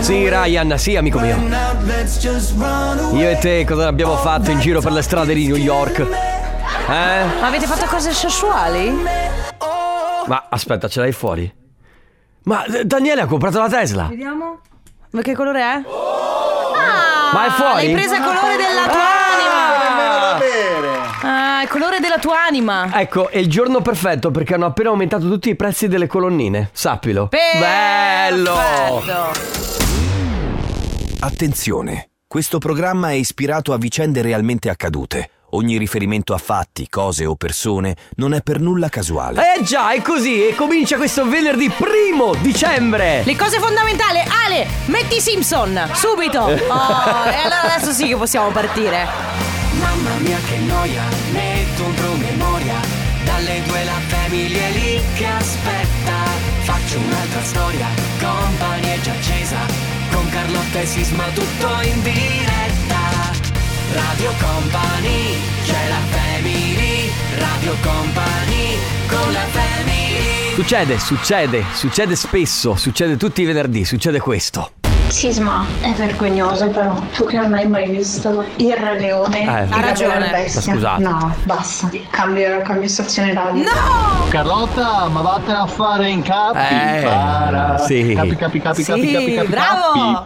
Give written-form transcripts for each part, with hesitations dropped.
Sì, Ryan, sì, amico mio. Io e te cosa abbiamo fatto in giro per le strade di New York? Ma avete fatto cose sessuali? Ma aspetta, ce l'hai fuori? Ma Daniele ha comprato la Tesla. Vediamo. Ma che colore è? Ma è fuori? L'hai presa il colore della tua anima. Il colore della tua anima. Ecco, è il giorno perfetto perché hanno appena aumentato tutti i prezzi delle colonnine. Sappilo. Bello! Attenzione, questo programma è ispirato a vicende realmente accadute. Ogni riferimento a fatti, cose o persone non è per nulla casuale. Già, è così, e comincia questo venerdì 1 dicembre. Le cose fondamentali. Ale, metti Simpson, subito. E allora adesso sì che possiamo partire. Mamma mia che noia, metto un promemoria. Dalle 2 la famiglia è lì che aspetta. Faccio un'altra storia, Company è già accesa. Con Carlotta e Sisma tutto in diretta. Radio Company, c'è la family. Radio Company, con la family. Succede spesso, succede tutti i venerdì, succede questo. Sisma, è vergognoso però. Tu che non hai mai visto il Re Leone. Ha ragione. Bestia. Ma scusate. No, basta. Cambio stazione radio. No! Carlotta, ma vattene a fare in capi. Sì. Capi. Bravo!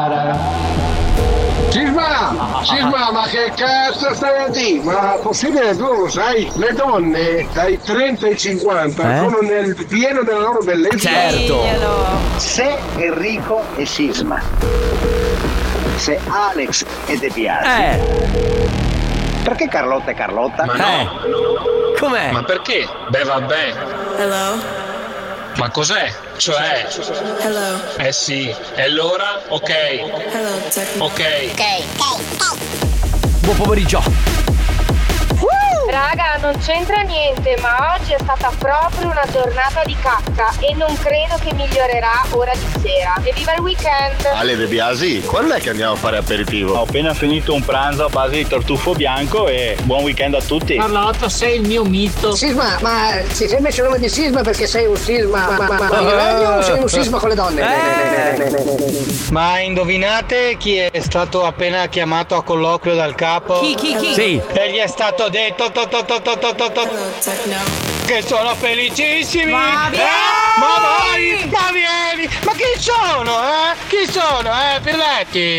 Sisma, ma che cazzo stai a dire? Ma possibile, tu lo sai? Le donne dai 30 ai 50 sono nel pieno della loro bellezza. Certo. Se Enrico e Sisma, se Alex e De Biasi, perché Carlotta è Carlotta? Ma no. Com'è? Ma perché? Beh, vabbè. Hello? Ma cos'è? Cioè? Hello? Sì. E allora? Ok. Hello, Techno. Ok. Buon pomeriggio. Raga, non c'entra niente, ma oggi è stata proprio una giornata di cacca e non credo che migliorerà ora di sera. Evviva il weekend! Ale De Biasi, quando è che andiamo a fare aperitivo? Ho appena finito un pranzo a base di tartufo bianco e buon weekend a tutti. Carlotta, sei il mio mito. Sisma, ma ti sei messo il nome di Sisma perché sei un Sisma o sei un Sisma con le donne? Ma indovinate chi è stato appena chiamato a colloquio dal capo? Chi? Sì. E gli è stato detto Hello, Techno. che sono felicissimi. Ma vieni! Ma vieni! Ma chi sono, Pirletti?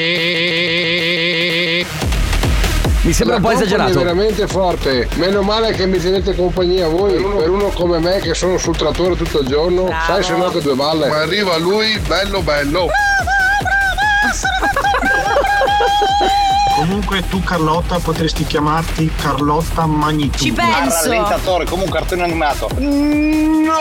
Mi sembra un po' esagerato. È veramente forte. Meno male che mi tenete compagnia voi. Per uno come me che sono sul trattore tutto il giorno. Bravo. Sai, se no che due balle. Ma arriva lui, bello. Comunque tu Carlotta potresti chiamarti Carlotta Magnitudo. Ci penso. Rallentatore, come un cartone animato. No!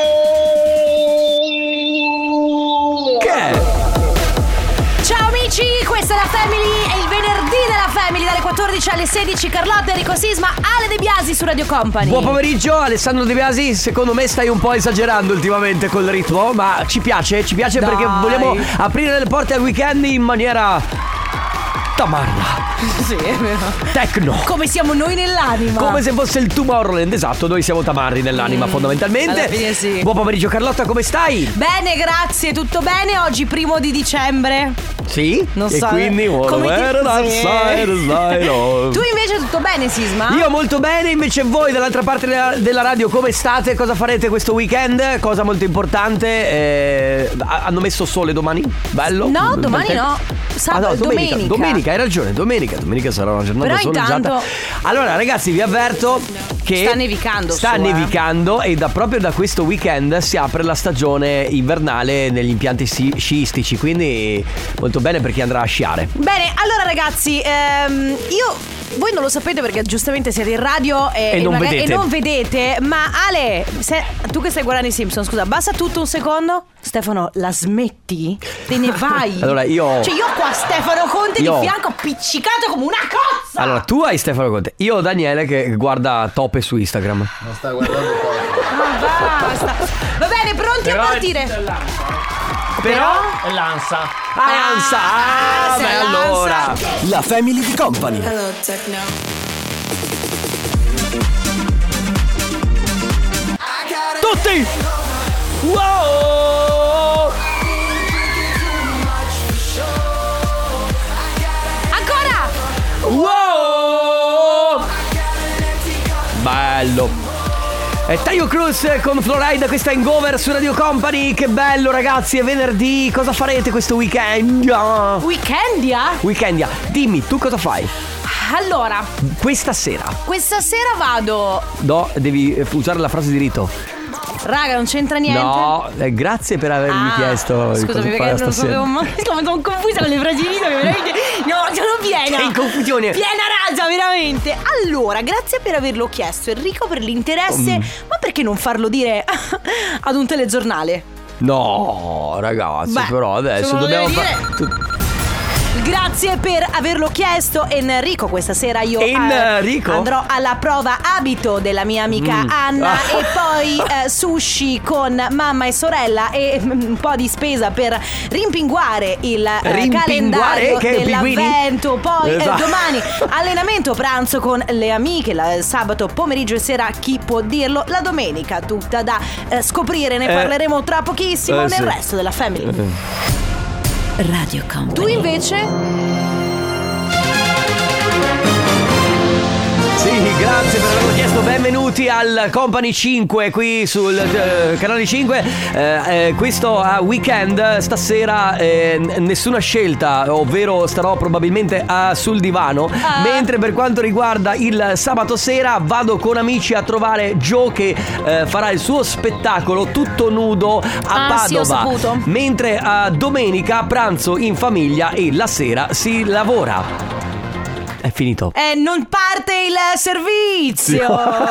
Che è? Ciao amici, questa è la Family, è il venerdì della Family dalle 14 alle 16. Carlotta, Enrico Sisma, Ale De Biasi su Radio Company. Buon pomeriggio, Alessandro De Biasi. Secondo me stai un po' esagerando ultimamente col ritmo, ma ci piace Dai. perché vogliamo aprire le porte al weekend in maniera tamarra. Sì, è vero. Tecno. Come siamo noi nell'anima. Come se fosse il Tomorrowland, esatto, noi siamo tamarri nell'anima fondamentalmente. alla fine sì. Buon pomeriggio Carlotta, come stai? Bene, grazie, tutto bene. Oggi 1 dicembre. Sì? Non e so, quindi come ti- sì. Tu invece tutto bene, Sisma? Io molto bene, invece voi dall'altra parte della radio come state? Cosa farete questo weekend? Cosa molto importante, hanno messo sole domani? Bello? No, domani no. Sabato, domenica, hai ragione, domenica sarà una giornata però soleggiata. intanto Allora ragazzi, vi avverto che sta nevicando e proprio da questo weekend si apre la stagione invernale negli impianti sciistici, quindi molto bene per chi andrà a sciare. Bene, allora ragazzi, voi non lo sapete perché giustamente siete in radio E non vedete, ma Ale, tu che stai guardando i Simpson, scusa, basta tutto un secondo. Stefano, la smetti? Te ne vai. Allora io ho qua Stefano Conte di fianco appiccicato come una cozza. Allora tu hai Stefano Conte, io ho Daniele che guarda tope su Instagram. Non sta guardando cosa. Ma basta. Va bene, pronti a partire. Però È l'ansa. beh, allora La Family di Company. Hello, Techno. tutti. Wow! E Taio Cruz con Florida, questa è Hangover su Radio Company. Che bello ragazzi, è venerdì. Cosa farete questo weekend? Weekendia. Dimmi, tu cosa fai? Allora, Questa sera vado. No, devi usare la frase di rito. Raga, non c'entra niente. No, grazie per avermi chiesto. Scusami, perché non sapevo mai. Sono confusa con le frasi di rito, che veramente. No, sono piena. Che in confusione. Piena ragia, veramente. Allora, grazie per averlo chiesto, Enrico, per l'interesse. Ma perché non farlo dire ad un telegiornale? No, ragazzi, però adesso dobbiamo fare. Grazie per averlo chiesto, Enrico. Questa sera io andrò alla prova abito della mia amica Anna e poi sushi con mamma e sorella e un po' di spesa per rimpinguare il calendario dell'avvento. Poi domani allenamento, pranzo con le amiche, sabato pomeriggio e sera, chi può dirlo, la domenica tutta da scoprire. Ne parleremo tra pochissimo nel resto della Family. Radio Company. Tu invece? Sì, grazie per averlo chiesto. Benvenuti al Company 5 qui sul canale 5. Questo weekend, stasera nessuna scelta, ovvero starò probabilmente sul divano. Mentre per quanto riguarda il sabato sera vado con amici a trovare Joe che farà il suo spettacolo tutto nudo a Padova. Sì, ho saputo. Mentre domenica pranzo in famiglia e la sera si lavora. È finito. Non parte il servizio.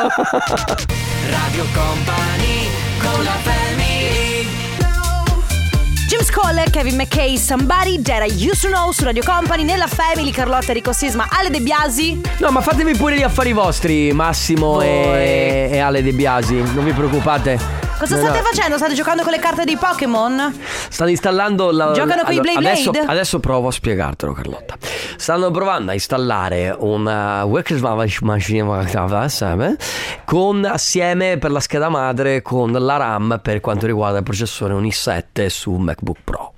Radio Company con la Family. James Cole, Kevin McKay, Somebody That I Used to Know su Radio Company. Nella Family, Carlotta, Enrico Sisma, Ale De Biasi. No, ma fatevi pure gli affari vostri, Massimo e Ale De Biasi. Non vi preoccupate. Cosa state facendo? State giocando con le carte dei Pokémon? Stanno installando giocano con i Blade Blade? Adesso provo a spiegartelo, Carlotta. Stanno provando a installare una workers machine con assieme per la scheda madre con la RAM per quanto riguarda il processore un i7 su MacBook Pro.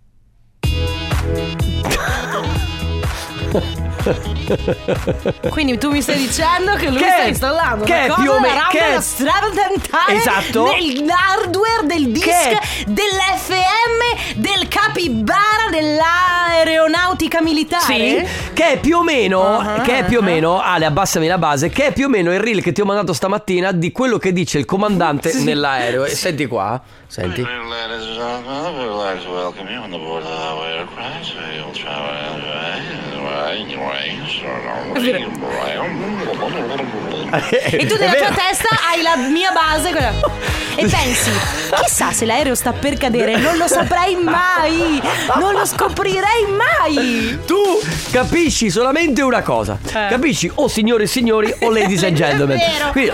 Quindi tu mi stai dicendo che lui sta installando una cosa della RAM della stradale, esatto, nell'hardware del disc dell'FM del capibara dell'aeronautica militare? Sì, che è più o meno Ale, abbassami la base, che è più o meno il reel che ti ho mandato stamattina di quello che dice il comandante nell'aereo. E senti qua, senti. E tu nella tua testa hai la mia base e pensi, chissà se l'aereo sta per cadere. Non lo saprei mai, non lo scoprirei mai. Tu capisci solamente una cosa, capisci o signore e signori o ladies and gentlemen. Quindi,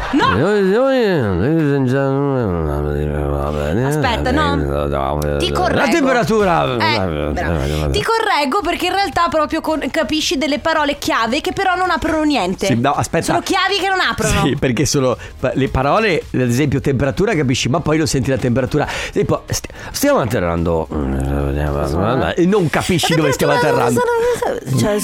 aspetta, no, ti correggo. La temperatura. Ti correggo perché in realtà proprio capisci delle parole chiave che però non aprono niente. Sì, no, aspetta. Sono chiavi che non aprono. Sì, perché sono le parole, ad esempio temperatura, capisci, ma poi non senti la temperatura. Tipo, stiamo atterrando e non capisci dove stiamo atterrando. Cioè,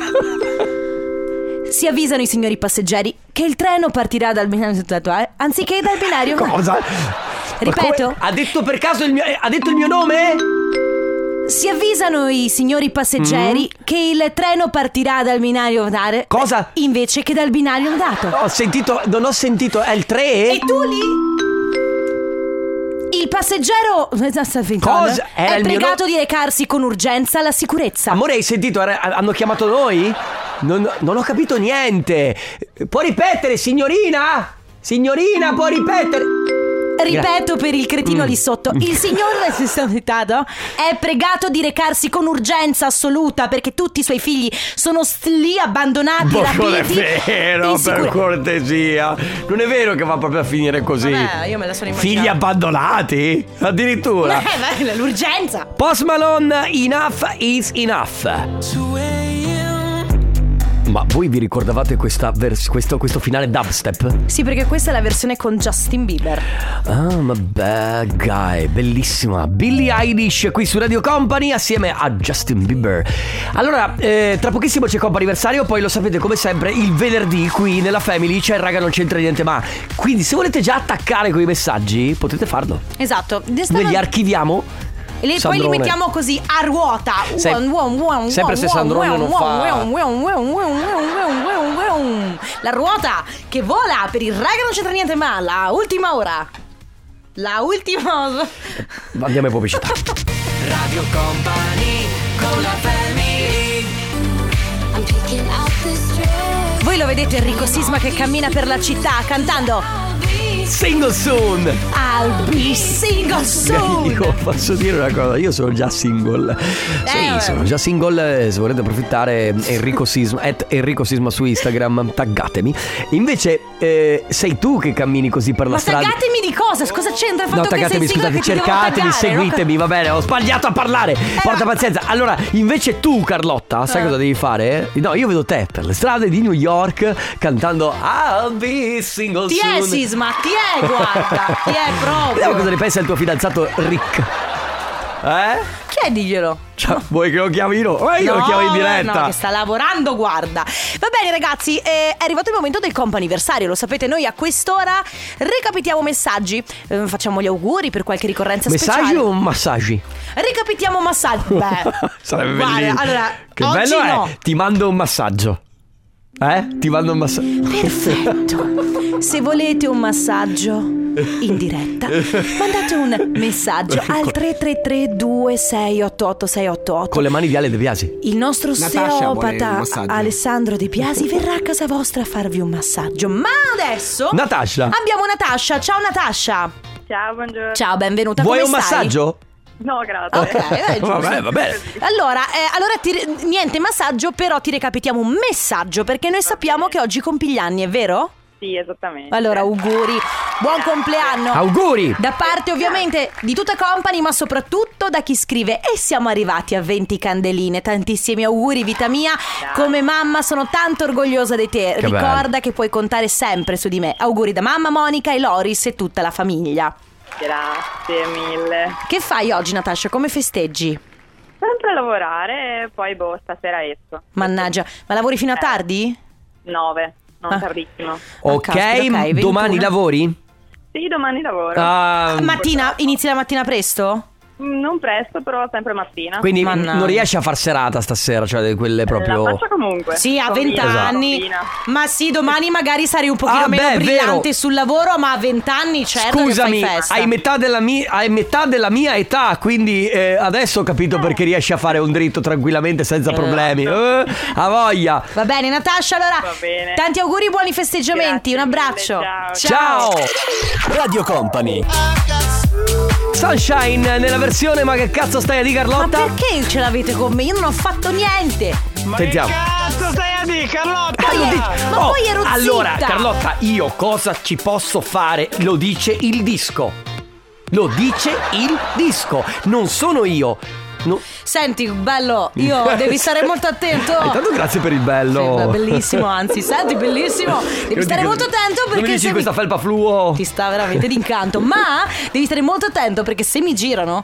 si avvisano i signori passeggeri che il treno partirà dal binario anziché dal binario. Cosa? Ripeto. Ha detto per caso ha detto il mio nome? Si avvisano i signori passeggeri che il treno partirà dal binario cosa? Invece che dal binario dato. Non ho sentito, è il 3? E tu lì? Il passeggero cosa? È pregato di recarsi con urgenza alla sicurezza. Amore, hai sentito? Hanno chiamato noi? Non ho capito niente. Può ripetere, signorina? Signorina, può ripetere? Ripeto per il cretino lì sotto. Il signor è pregato di recarsi con urgenza assoluta perché tutti i suoi figli sono lì abbandonati, rapiti. Non è vero, per cortesia. Non è vero che va proprio a finire così. Vabbè, io me la sono immaginata. Figli abbandonati? Addirittura. L'urgenza. Post Malone, Enough is Enough. Ma voi vi ricordavate questo finale dubstep? Sì, perché questa è la versione con Justin Bieber. Ah, ma bad guy, bellissima. Billie Eilish qui su Radio Company assieme a Justin Bieber. Allora, tra pochissimo c'è comp'anniversario, poi lo sapete come sempre il venerdì qui nella Family c'è il raga non c'entra niente ma. Quindi se volete già attaccare quei messaggi potete farlo. Esatto. Noi li archiviamo e poi li mettiamo così a ruota. Sempre se Sandrone non fa la ruota che vola per il raga non c'entra niente ma la ultima ora. Andiamo in pubblicità. Radio Company con la Family. Voi lo vedete Enrico Sisma che cammina per la città cantando Single soon. I'll be single soon. Io posso dire una cosa, io sono già single. Sì, sono già single. Se volete approfittare Enrico Sisma su Instagram, taggatemi. Invece sei tu che cammini così per la strada. Ma taggatemi di cosa? Cosa c'entra il fatto che sei single? Scusate, cercatemi, seguitemi, va bene, ho sbagliato a parlare. Porta pazienza. Allora, invece tu Carlotta, sai cosa devi fare? No, io vedo te per le strade di New York cantando I'll be single soon. Ti è Sisma, ti è, guarda, ti è proprio. Vediamo cosa ne pensa il tuo fidanzato Rick. Chiediglielo. Cioè, vuoi che lo chiami io? Io lo chiamo in diretta. No, che sta lavorando, guarda. Va bene ragazzi, è arrivato il momento del comp'anniversario. Lo sapete, noi a quest'ora recapitiamo messaggi, facciamo gli auguri per qualche ricorrenza speciale. Messaggi o massaggi? Recapitiamo massaggi. Beh, sarebbe bellissimo. Allora, che oggi bello no. è. Ti mando un massaggio. Ti mando un massaggio. Perfetto. Se volete un massaggio in diretta, mandate un messaggio al 333-2688-688. Con le mani di Ale De Biasi. Il nostro osteopata Alessandro De Biasi verrà a casa vostra a farvi un massaggio. Ma adesso Natascia. abbiamo Natascia. Ciao Natascia. Ciao, buongiorno. Ciao, benvenuta. Vuoi come un stai? massaggio? No, grazie. Ok, va bene. Allora niente massaggio, però ti recapitiamo un messaggio perché noi sappiamo che oggi compi gli anni, è vero? Sì, esattamente. Allora, auguri, buon compleanno. Auguri. Da parte ovviamente di tutta Company, ma soprattutto da chi scrive e siamo arrivati a 20 candeline. Tantissimi auguri, vita mia. Come mamma sono tanto orgogliosa di te. Che Ricorda bello. che puoi contare sempre su di me. Auguri da mamma Monica e Loris e tutta la famiglia. Grazie mille. Che fai oggi, Natascia? Come festeggi? Sempre a lavorare e poi stasera esco. Mannaggia, ma lavori fino a tardi? 9, non tardissimo. Ok, domani lavori? Sì, domani lavoro. Mattina, inizi la mattina presto? Non presto, però sempre mattina. Quindi non riesci a far serata stasera, cioè quelle proprio. La faccio comunque. Sì, a 20 anni. Combina. Ma sì, domani magari sarai un pochino meno brillante vero. sul lavoro, ma a 20 anni certo. Scusami, che fai festa. hai metà della mia età, quindi adesso ho capito perché riesci a fare un dritto tranquillamente senza problemi. A voglia. Va bene, Natascia, allora. Va bene. Tanti auguri, buoni festeggiamenti. Grazie un abbraccio. mille, Ciao. Radio Company. Sunshine nella versione ma che cazzo stai a dire, Carlotta? Ma perché ce l'avete con me? Io non ho fatto niente. Sentiamo. Cazzo stai a dire, Carlotta? Ma poi ero zitta. Allora, Carlotta, io cosa ci posso fare? Lo dice il disco. Lo dice il disco. Non sono io. No. Senti, bello, devi stare molto attento. Intanto grazie per il bello. Sì, bellissimo, anzi, senti, bellissimo. Devi stare molto attento perché non mi dici questa felpa fluo. Ti sta veramente d'incanto. Ma devi stare molto attento perché se mi girano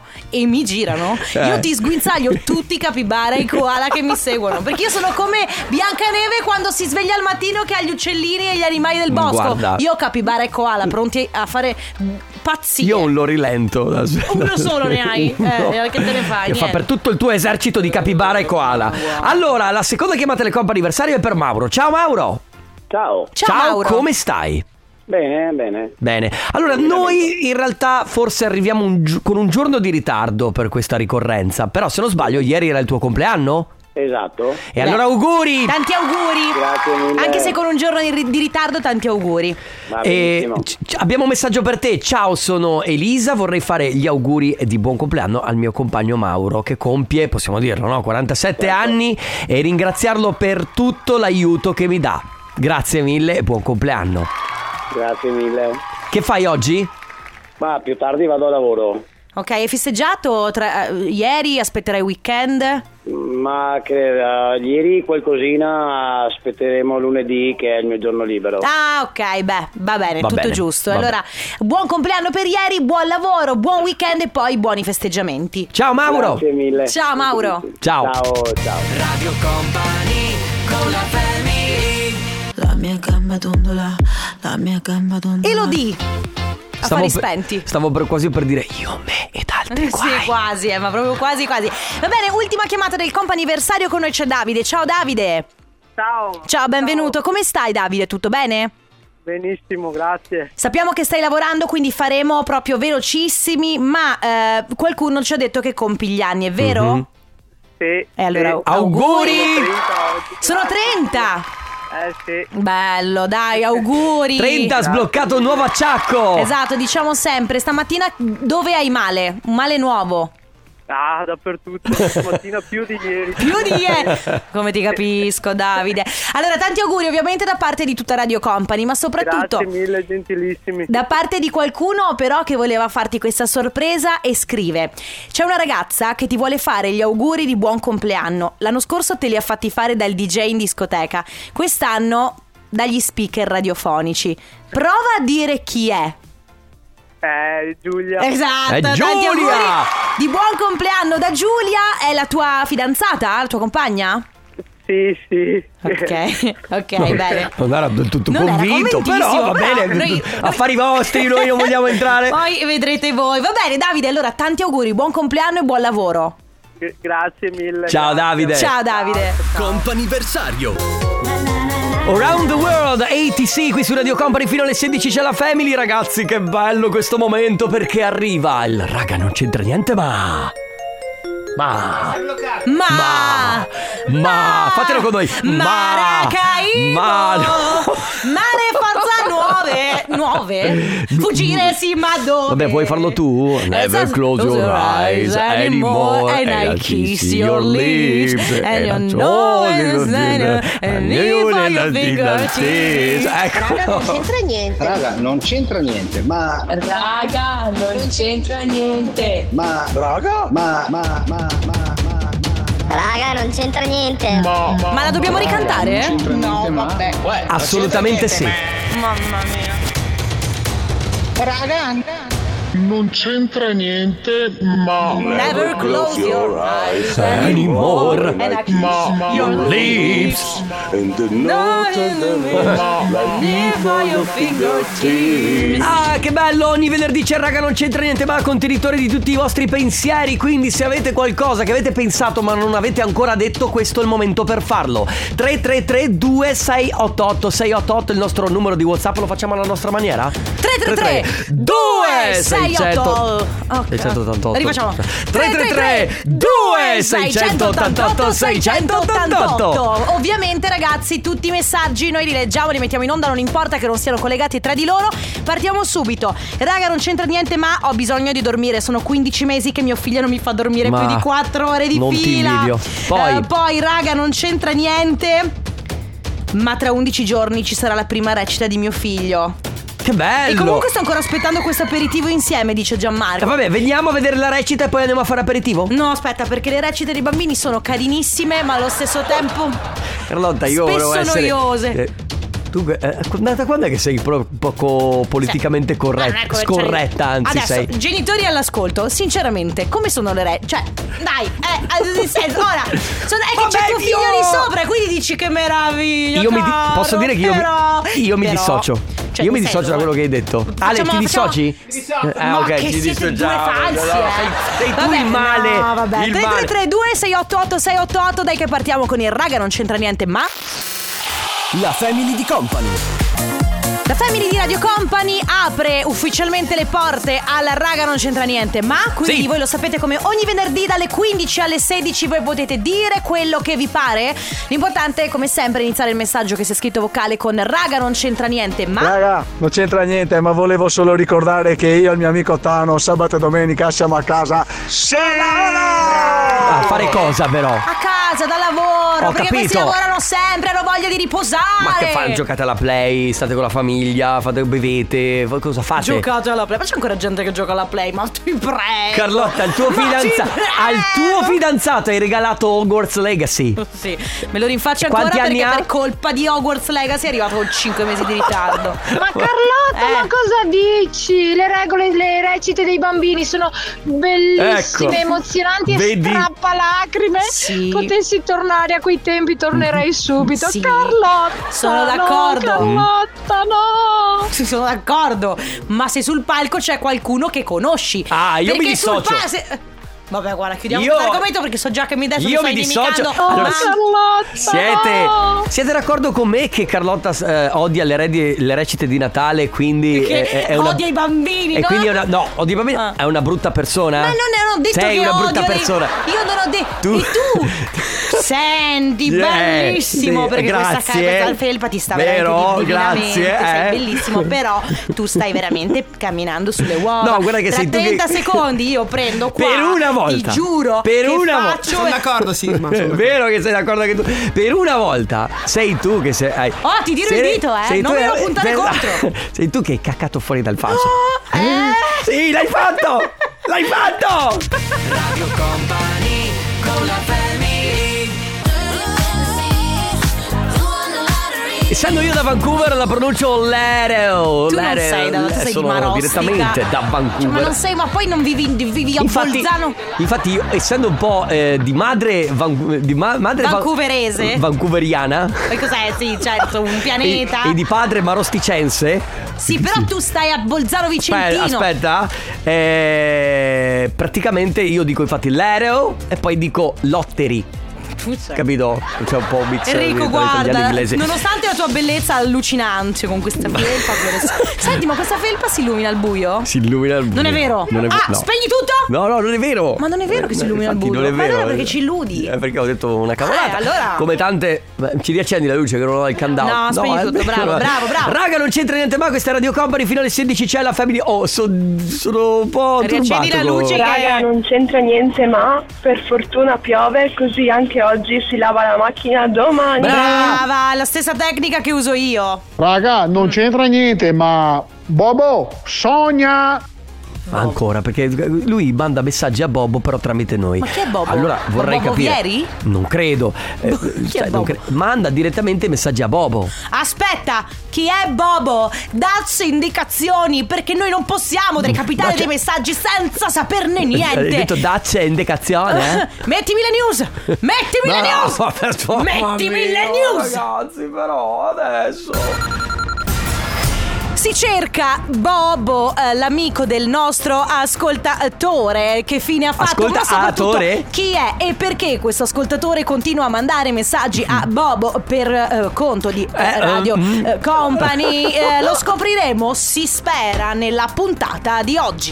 io ti sguinzaglio tutti i capibara e i koala che mi seguono. Perché io sono come Biancaneve quando si sveglia al mattino che ha gli uccellini e gli animali del bosco. Guarda. Io ho capibara e koala pronti a fare pazzie. Io ho un lorilento. Uno solo ne hai. Che te ne fai? Che fa per tutto il tuo esercito di capibara e koala. Allora, la seconda chiamata del comp'anniversario è per Mauro. Ciao Mauro. Ciao. Ciao Mauro. Come stai? Bene. Allora, noi in realtà forse arriviamo con un giorno di ritardo per questa ricorrenza. Però se non sbaglio ieri era il tuo compleanno? Esatto. E allora auguri. Tanti auguri. Grazie mille. Anche se con un giorno di ritardo, tanti auguri. Abbiamo un messaggio per te. Ciao, sono Elisa. Vorrei fare gli auguri di buon compleanno al mio compagno Mauro, che compie, possiamo dirlo, no? 47 anni, e ringraziarlo per tutto l'aiuto che mi dà. Grazie mille e buon compleanno. Grazie mille. Che fai oggi? Ma più tardi vado a lavoro. Ok, hai festeggiato ieri? Aspetterai il weekend? ma ieri qualcosina, aspetteremo lunedì che è il mio giorno libero. Ah, ok, beh, va bene, Va tutto bene, giusto. va Allora, buon compleanno per ieri, buon lavoro, buon weekend e poi buoni festeggiamenti. Ciao Mauro. Grazie mille. Ciao Mauro. Ciao. Ciao. Radio Company con la family. La mia gamba dondola, la mia gamba dondola. Elodie. Affari spenti. Stavo quasi per dire io, me ed altri guai. Sì, quasi, ma proprio quasi. Va bene, ultima chiamata del comp'anniversario, con noi c'è Davide. Ciao Davide. Ciao, benvenuto. Come stai Davide? Tutto bene? Benissimo, grazie. Sappiamo che stai lavorando, quindi faremo proprio velocissimi, ma qualcuno ci ha detto che compi gli anni, è vero? Mm-hmm. Sì. E allora sì. auguri! Sono 30! Sì. Bello, dai, auguri. 30, sbloccato un nuovo acciacco. Esatto, diciamo sempre, stamattina dove hai male? Un male nuovo? Ah, dappertutto, stamattina più di ieri. Come ti capisco, Davide. Allora, tanti auguri ovviamente da parte di tutta Radio Company, ma soprattutto grazie mille, gentilissimi. da parte di qualcuno però che voleva farti questa sorpresa e scrive: c'è una ragazza che ti vuole fare gli auguri di buon compleanno. L'anno scorso te li ha fatti fare dal DJ in discoteca, quest'anno dagli speaker radiofonici. Prova a dire chi è. Giulia. Esatto, È tanti Giulia! auguri di buon compleanno da Giulia. È la tua fidanzata? La tua compagna? Sì. Ok, bene. Non era del tutto Non era convinto, però convintissimo, va però bene. noi- Affari vostri, noi non vogliamo entrare. Poi vedrete voi. Va bene Davide, allora tanti auguri, buon compleanno e buon lavoro. Grazie mille. Ciao Davide. Ciao Davide. Comp'anniversario. Around the World, ATC qui su Radio Company fino alle 16 c'è la Family. Ragazzi, che bello questo momento, perché arriva il raga non c'entra niente ma fatelo con noi. Maracaibo. no. Mare forza nuove. Fuggire sì, ma dove? Vabbè, puoi farlo tu. Never close your eyes anymore, and I kiss your lips, and your and nose, and you for your fingertips. Ecco. Non c'entra niente. Raga, non c'entra niente, ma Raga, non c'entra niente. Raga, non c'entra niente. Ma la dobbiamo ricantare? No, vabbè. Assolutamente sì. Mamma mia. Raga, Non c'entra niente, ma Never close your eyes Anymore. and I kiss your Lips. Ah, che bello, ogni venerdì c'è raga non c'entra niente ma, contenitore di tutti i vostri pensieri. Quindi se avete qualcosa che avete pensato ma non avete ancora detto, questo è il momento per farlo. 333 2688 688 il nostro numero di WhatsApp. Lo facciamo alla nostra maniera? 333 2688 688. Rifacciamo. 333 2688 688. Ovviamente ragazzi, tutti i messaggi noi li leggiamo, li mettiamo in onda, non importa che non siano collegati tra di loro. Partiamo subito. Raga, non c'entra niente ma ho bisogno di dormire. Sono 15 mesi che mio figlio non mi fa dormire più di 4 ore di non fila. ti invidio. Poi raga, non c'entra niente ma tra 11 giorni ci sarà la prima recita di mio figlio. Che bello. E comunque sto ancora aspettando questo aperitivo insieme, dice Gianmarco. Vabbè, veniamo a vedere la recita e poi andiamo a fare aperitivo? No, aspetta, perché le recite dei bambini sono carinissime, ma allo stesso tempo Carlotta, io spesso volevo essere noiose. Tu da quando è che sei poco politicamente scorretta, anzi adesso, sei. Genitori all'ascolto, sinceramente, come sono le recite? Cioè, dai, nel senso, ora è che c'è tuo figlio lì sopra e quindi dici che meraviglia. Posso dire che io mi dissocio. Cioè, io mi dissocio da quello che hai detto. Ale, ti dissoci? Ma ok, che ci siete dissociamo. due falsi, Sei tu il male. No, vabbè. Il 333 688 688, dai che partiamo con il raga non c'entra niente ma La Family di Company. La Family di Radio Company apre ufficialmente le porte alla raga non c'entra niente ma, quindi sì. Voi lo sapete, come ogni venerdì dalle 15 alle 16 voi potete dire quello che vi pare. L'importante è come sempre iniziare il messaggio che sia scritto vocale con raga non c'entra niente ma. Raga, non c'entra niente, ma volevo solo ricordare che io e il mio amico Tano sabato e domenica siamo a casa. A fare cosa però? A casa, da lavoro. lavoro, perché questi lavorano sempre, hanno voglia di riposare. Ma che fate? Giocate alla Play, state con la famiglia, bevete, cosa fate? Giocate alla Play, ma c'è ancora gente che gioca alla Play, ma ti prego. Carlotta, al tuo fidanzato hai regalato Hogwarts Legacy. Sì, me lo rinfaccio ancora perché per colpa di Hogwarts Legacy è arrivato con 5 mesi di ritardo. Ma Carlotta, ma cosa dici? Le regole, le recite dei bambini sono bellissime, emozionanti e strappalacrime. Sì. Potessi tornare a quei tempi, tornerei subito. Sì. Carlotta, sono d'accordo. Carlotta, no. Sì, sono d'accordo. Ma se sul palco c'è qualcuno che conosci. Io mi dissocio. Vabbè, guarda, chiudiamo questo argomento perché so già che mi adesso mi stai dissocio. Allora, Carlotta, siete d'accordo con me che Carlotta odia le recite di Natale, quindi odia i bambini, e quindi odia i bambini. È una brutta persona. Ma non ho detto sei che una odio brutta persona. Io non ho detto. E tu? Senti, bellissimo, perché questa felpa ti sta veramente divinamente. Sei bellissimo, però tu stai veramente camminando sulle uova. No, guarda che tra sei 30 tu secondi io prendo qua. Per una volta. Ti giuro. Per una volta. Sono d'accordo, Sisma. Vero che sei d'accordo che tu. Per una volta sei tu che sei. Ti tiro il dito, non me lo puntare contro. Sei tu che hai caccato fuori dal falso. Sì, l'hai fatto! L'hai fatto! Radio Company con la family. Essendo io da Vancouver la pronuncio Lereo. Tu non sei da sei di Marostica. Direttamente da Vancouver. Ma non sei, ma poi non vivi a Bolzano. Infatti io, essendo un po' di madre vancouverese, vancouveriana. E cos'è? Sì, certo, un pianeta. E di padre marosticense. Sì, però tu stai a Bolzano Vicentino. Aspetta. Praticamente io dico infatti Lereo e poi dico Lotteri. Capito? C'è un po' un mix. Enrico, guarda, nonostante la tua bellezza allucinante con questa felpa. Senti, ma questa felpa si illumina al buio? Si illumina al buio. Non è vero? No. Spegni tutto? No, non è vero. Ma non è vero che si illumina al buio. Non è vero. Ma perché ci illudi. Perché ho detto una cavolata. Allora. Come tante. Ci riaccendi la luce che non ho il countdown. No, spegni tutto. Bravo. Raga, non c'entra niente, ma questa è Radio Company. Fino alle 16 c'è la family. Sono un po' riaccendi la luce. Raga, non c'entra niente, ma per fortuna piove, così anche oggi si lava la macchina domani. Brava, la stessa tecnica che uso io. Raga, non c'entra niente, ma Bobo sogna. Ancora, perché lui manda messaggi a Bobo, però tramite noi. Ma chi è Bobo? Allora vorrei Bobo capire. Vieri? Non credo. Chi è Bobo? Manda direttamente messaggi a Bobo. Aspetta, chi è Bobo? Dacci indicazioni, perché noi non possiamo recapitare dei messaggi senza saperne niente. Hai detto dacci indicazione, Mettimi le news. Mettimi le news. Ragazzi, però adesso si cerca Bobo, l'amico del nostro ascoltatore. Che fine ha fatto? Ma soprattutto chi è e perché questo ascoltatore continua a mandare messaggi a Bobo per conto di Radio Company. Lo scopriremo, si spera, nella puntata di oggi.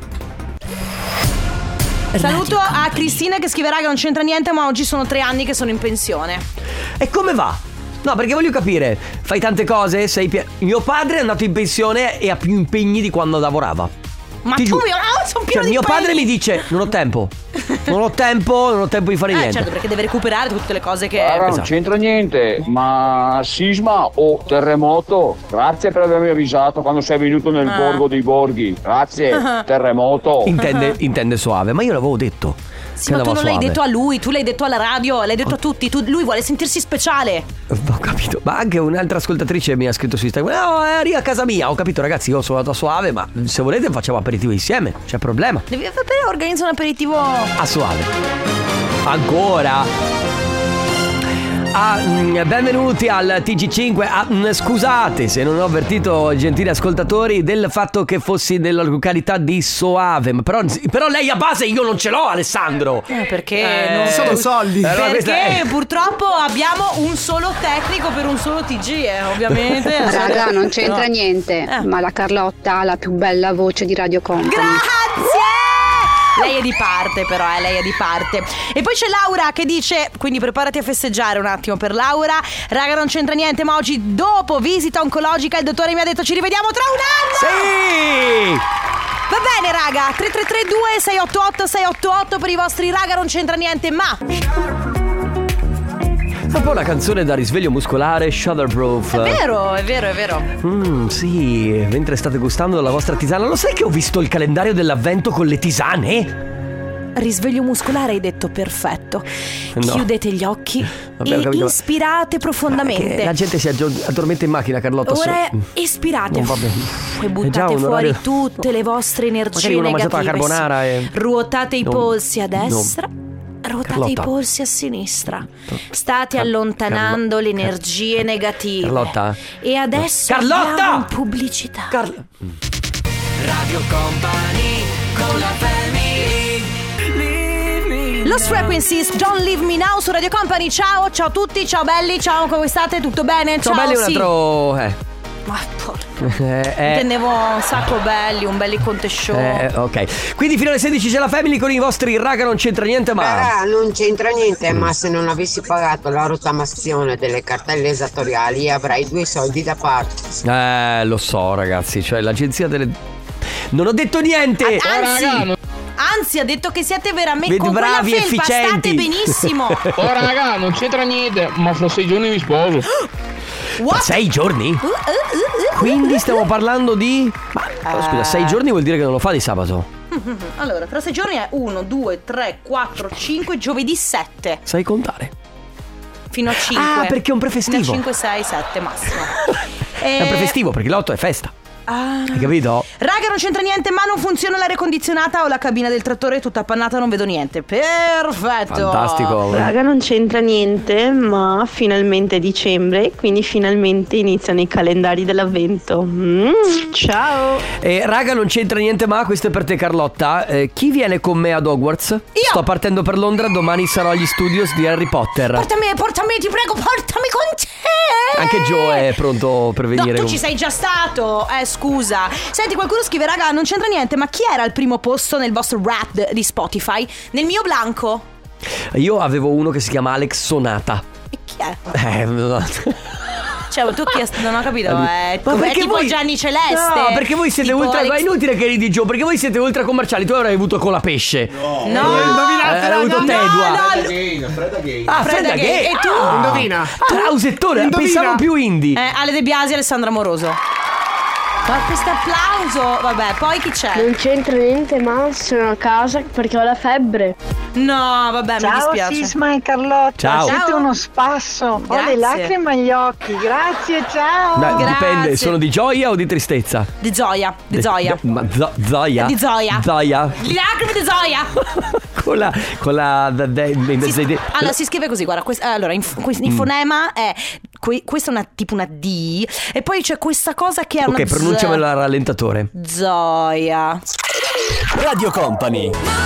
Saluto a Cristina che scriverà che non c'entra niente, ma oggi sono 3 anni che sono in pensione. E come va? No, perché voglio capire, fai tante cose? Mio padre è andato in pensione e ha più impegni di quando lavorava. Ma tu sono pieno di mio impegni. padre mi dice non ho tempo di fare niente. Certo, perché deve recuperare tutte le cose che non c'entra niente, ma sisma o terremoto. Grazie per avermi avvisato quando sei venuto nel borgo dei borghi. Grazie. Terremoto. Intende suave, ma io l'avevo detto. Sì, ma tu non l'hai detto a lui, tu l'hai detto alla radio, l'hai detto a tutti. Lui vuole sentirsi speciale. Ho capito. Ma anche un'altra ascoltatrice mi ha scritto su Instagram: no, eri a casa mia. Ho capito, ragazzi, io sono andato a Suave, ma se volete facciamo aperitivo insieme, c'è problema. Devi organizzare un aperitivo a Suave. Ancora. Benvenuti al TG5. Scusate se non ho avvertito, gentili ascoltatori, del fatto che fossi nella località di Soave. Però lei a base io non ce l'ho, Alessandro. Perché non sono soldi. Perché purtroppo abbiamo un solo tecnico per un solo TG, ovviamente. Raga, non c'entra niente, ma la Carlotta ha la più bella voce di Radio Company. Grazie! Lei è di parte, però, lei è di parte. E poi c'è Laura che dice: quindi preparati a festeggiare un attimo per Laura. Raga, non c'entra niente, ma oggi dopo visita oncologica il dottore mi ha detto ci rivediamo tra un anno. Sì! Va bene, raga, 3332 688 688 per i vostri raga, non c'entra niente, ma Proprio una canzone da risveglio muscolare, Shudderproof. È vero, è vero, è vero. Sì, mentre state gustando della vostra tisana. Lo sai che ho visto il calendario dell'avvento con le tisane? Risveglio muscolare, hai detto perfetto. No. Chiudete gli occhi e ispirate profondamente. La gente si addormenta in macchina, Carlotta. Ora espirate. Non va bene. E buttate fuori tutte le vostre energie negative. Magari uno ha mangiato la carbonara Ruotate i polsi a destra. Ruotate i polsi a sinistra. State allontanando le energie negative. Carlotta. E adesso andiamo in pubblicità. Radio Company con la family. Lost Frequencies, Don't Leave Me Now su Radio Company. Ciao a tutti, ciao belli, ciao, come state? Tutto bene? Ciao belli, un altro... Ma intendevo un sacco belli, un belli Conte Show. Ok, quindi fino alle 16 c'è la family con i vostri raga non c'entra niente ma... non c'entra niente, ma se non avessi pagato la rottamazione delle cartelle esattoriali avrai 2 soldi da parte. Lo so ragazzi, cioè l'agenzia delle... Non ho detto niente! Anzi, ha detto che siete veramente con bravi, quella felpa, efficienti. state benissimo. Oh raga, non c'entra niente, ma fra 6 giorni mi sposo. What? 6 giorni? Quindi stiamo parlando di... Ma scusa, 6 giorni vuol dire che non lo fa di sabato. Allora, tra 6 giorni è 1, 2, 3, 4, 5, giovedì 7. Sai contare? Fino a 5. Ah, perché è un prefestivo. Fino a 5, 6, 7 massimo. È un prefestivo perché l'8 è festa. Hai capito? Raga, non c'entra niente, ma non funziona l'aria condizionata o la cabina del trattore è tutta appannata, non vedo niente. Perfetto. Fantastico. Raga, non c'entra niente, ma finalmente è dicembre, quindi finalmente iniziano i calendari dell'avvento. Ciao. Raga, non c'entra niente, ma questo è per te Carlotta. Chi viene con me ad Hogwarts? Io. Sto partendo per Londra, domani sarò agli studios di Harry Potter. Portami, ti prego, portami con te. Anche Joe è pronto per venire. No, tu ci sei già stato. Scusa. Senti, qualcuno scrive: raga, non c'entra niente, ma chi era al primo posto nel vostro rap di Spotify? Nel mio blanco. Io avevo uno che si chiama Alex Sonata. E chi è? Cioè, tu non ho capito. È tipo voi... Gianni Celeste. No, perché voi siete ultra. Alex... Ma è inutile che ridi Joe, perché voi siete ultra commerciali. Tu avrai avuto con la pesce. No. Hai avuto Tedua. Fredda Gay. Fredda Gay. E tu? Indovina. Trausettore. Pensavo più indie. Ale De Biasi e Alessandra Moroso. Ma questo applauso. Vabbè, poi chi c'è? Non c'entra niente, ma sono a casa perché ho la febbre. No, vabbè, mi dispiace. Ciao Sisma e Carlotta. Ciao. Siete uno spasso. Grazie. Ho le lacrime agli occhi. Grazie, ciao. Beh, dipende, sono di gioia o di tristezza? Di gioia. Di Zoia. Ma Zoia? Di Zoia. Zoia. Le lacrime di Zoia. con la allora si scrive così, guarda, allora in fonema è questa è tipo una D e poi c'è questa cosa che è una pronunciamelo al rallentatore. Zoia. Radio Company.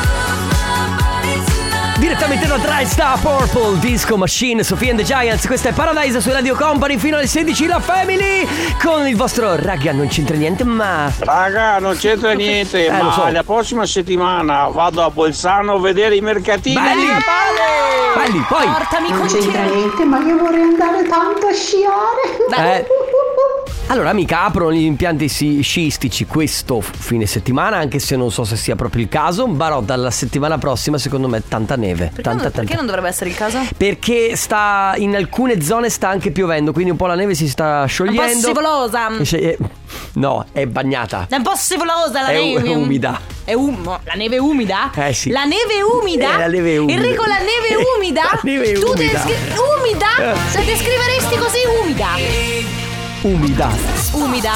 Direttamente da Dry Star Purple Disco Machine, Sophie and the Giants. Questa è Paradise su Radio Company. Fino alle 16 la family con il vostro raga non c'entra niente ma... Raga, non c'entra niente, ma so. la prossima settimana vado a Bolzano a vedere i mercatini. Belli, poi portami non con c'entra te. niente, ma io vorrei andare tanto a sciare. Allora amica, aprono gli impianti sciistici questo fine settimana, anche se non so se sia proprio il caso. Però dalla settimana prossima secondo me tanta neve. Perché non dovrebbe essere il caso? Perché in alcune zone sta anche piovendo, quindi un po' la neve si sta sciogliendo. Un po' scivolosa. No, è bagnata. È un po' scivolosa la neve. È umida. La neve è umida? Sì. La neve è umida? La neve è umida. Enrico, la neve è umida? La neve è umida. Umida? Se descriveresti così umida? Umida.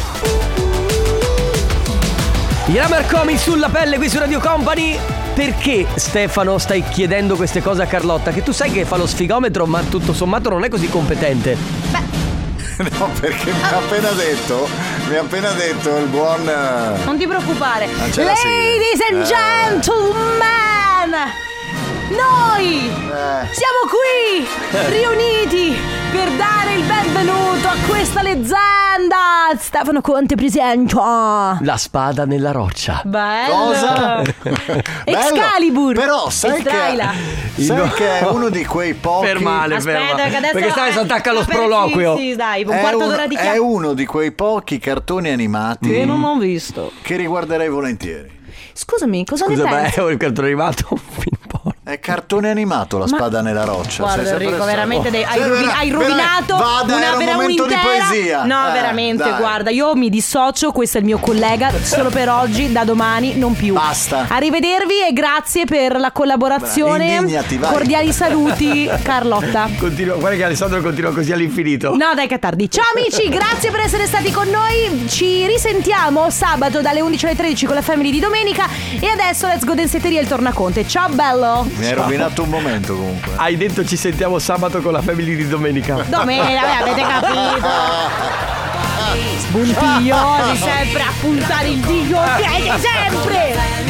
I Ramarcomi sulla pelle qui su Radio Company. Perché Stefano stai chiedendo queste cose a Carlotta? Che tu sai che fa lo sfigometro, ma tutto sommato non è così competente. No, perché mi ha appena detto il buon... Non ti preoccupare. Ladies and gentlemen, noi siamo qui riuniti per dare il benvenuto a questa leggenda. Stefano Conte presenta La spada nella roccia. Bello. Cosa? Excalibur. Però sai che è uno di quei pochi... Fermale. Perché stai si attacca allo Sì, sproloquio. sì, dai, un quarto d'ora di È uno di quei pochi cartoni animati che non ho visto, che riguarderei volentieri. Scusami, cosa ne pensi? Il cartone animato È cartone animato La spada nella roccia. Guarda Enrico, veramente hai rovinato un momento di poesia. No, veramente, dai. Guarda, io mi dissocio, questo è il mio collega, solo per oggi, da domani non più. Basta. Arrivedervi e grazie per la collaborazione. Indignati, vai. Cordiali saluti, Carlotta. Guarda che Alessandro continua così all'infinito. No, dai che è tardi. Ciao amici, grazie per essere stati con noi. Ci risentiamo sabato dalle 11 alle 13 con la Family di domenica. E adesso Let's Go Densetteria il tornaconte. Ciao bello. Mi hai rovinato un momento comunque. Hai detto ci sentiamo sabato con la Family di domenica. Domenica, avete capito? Spuntiglioni sempre a puntare il dito, siete sempre.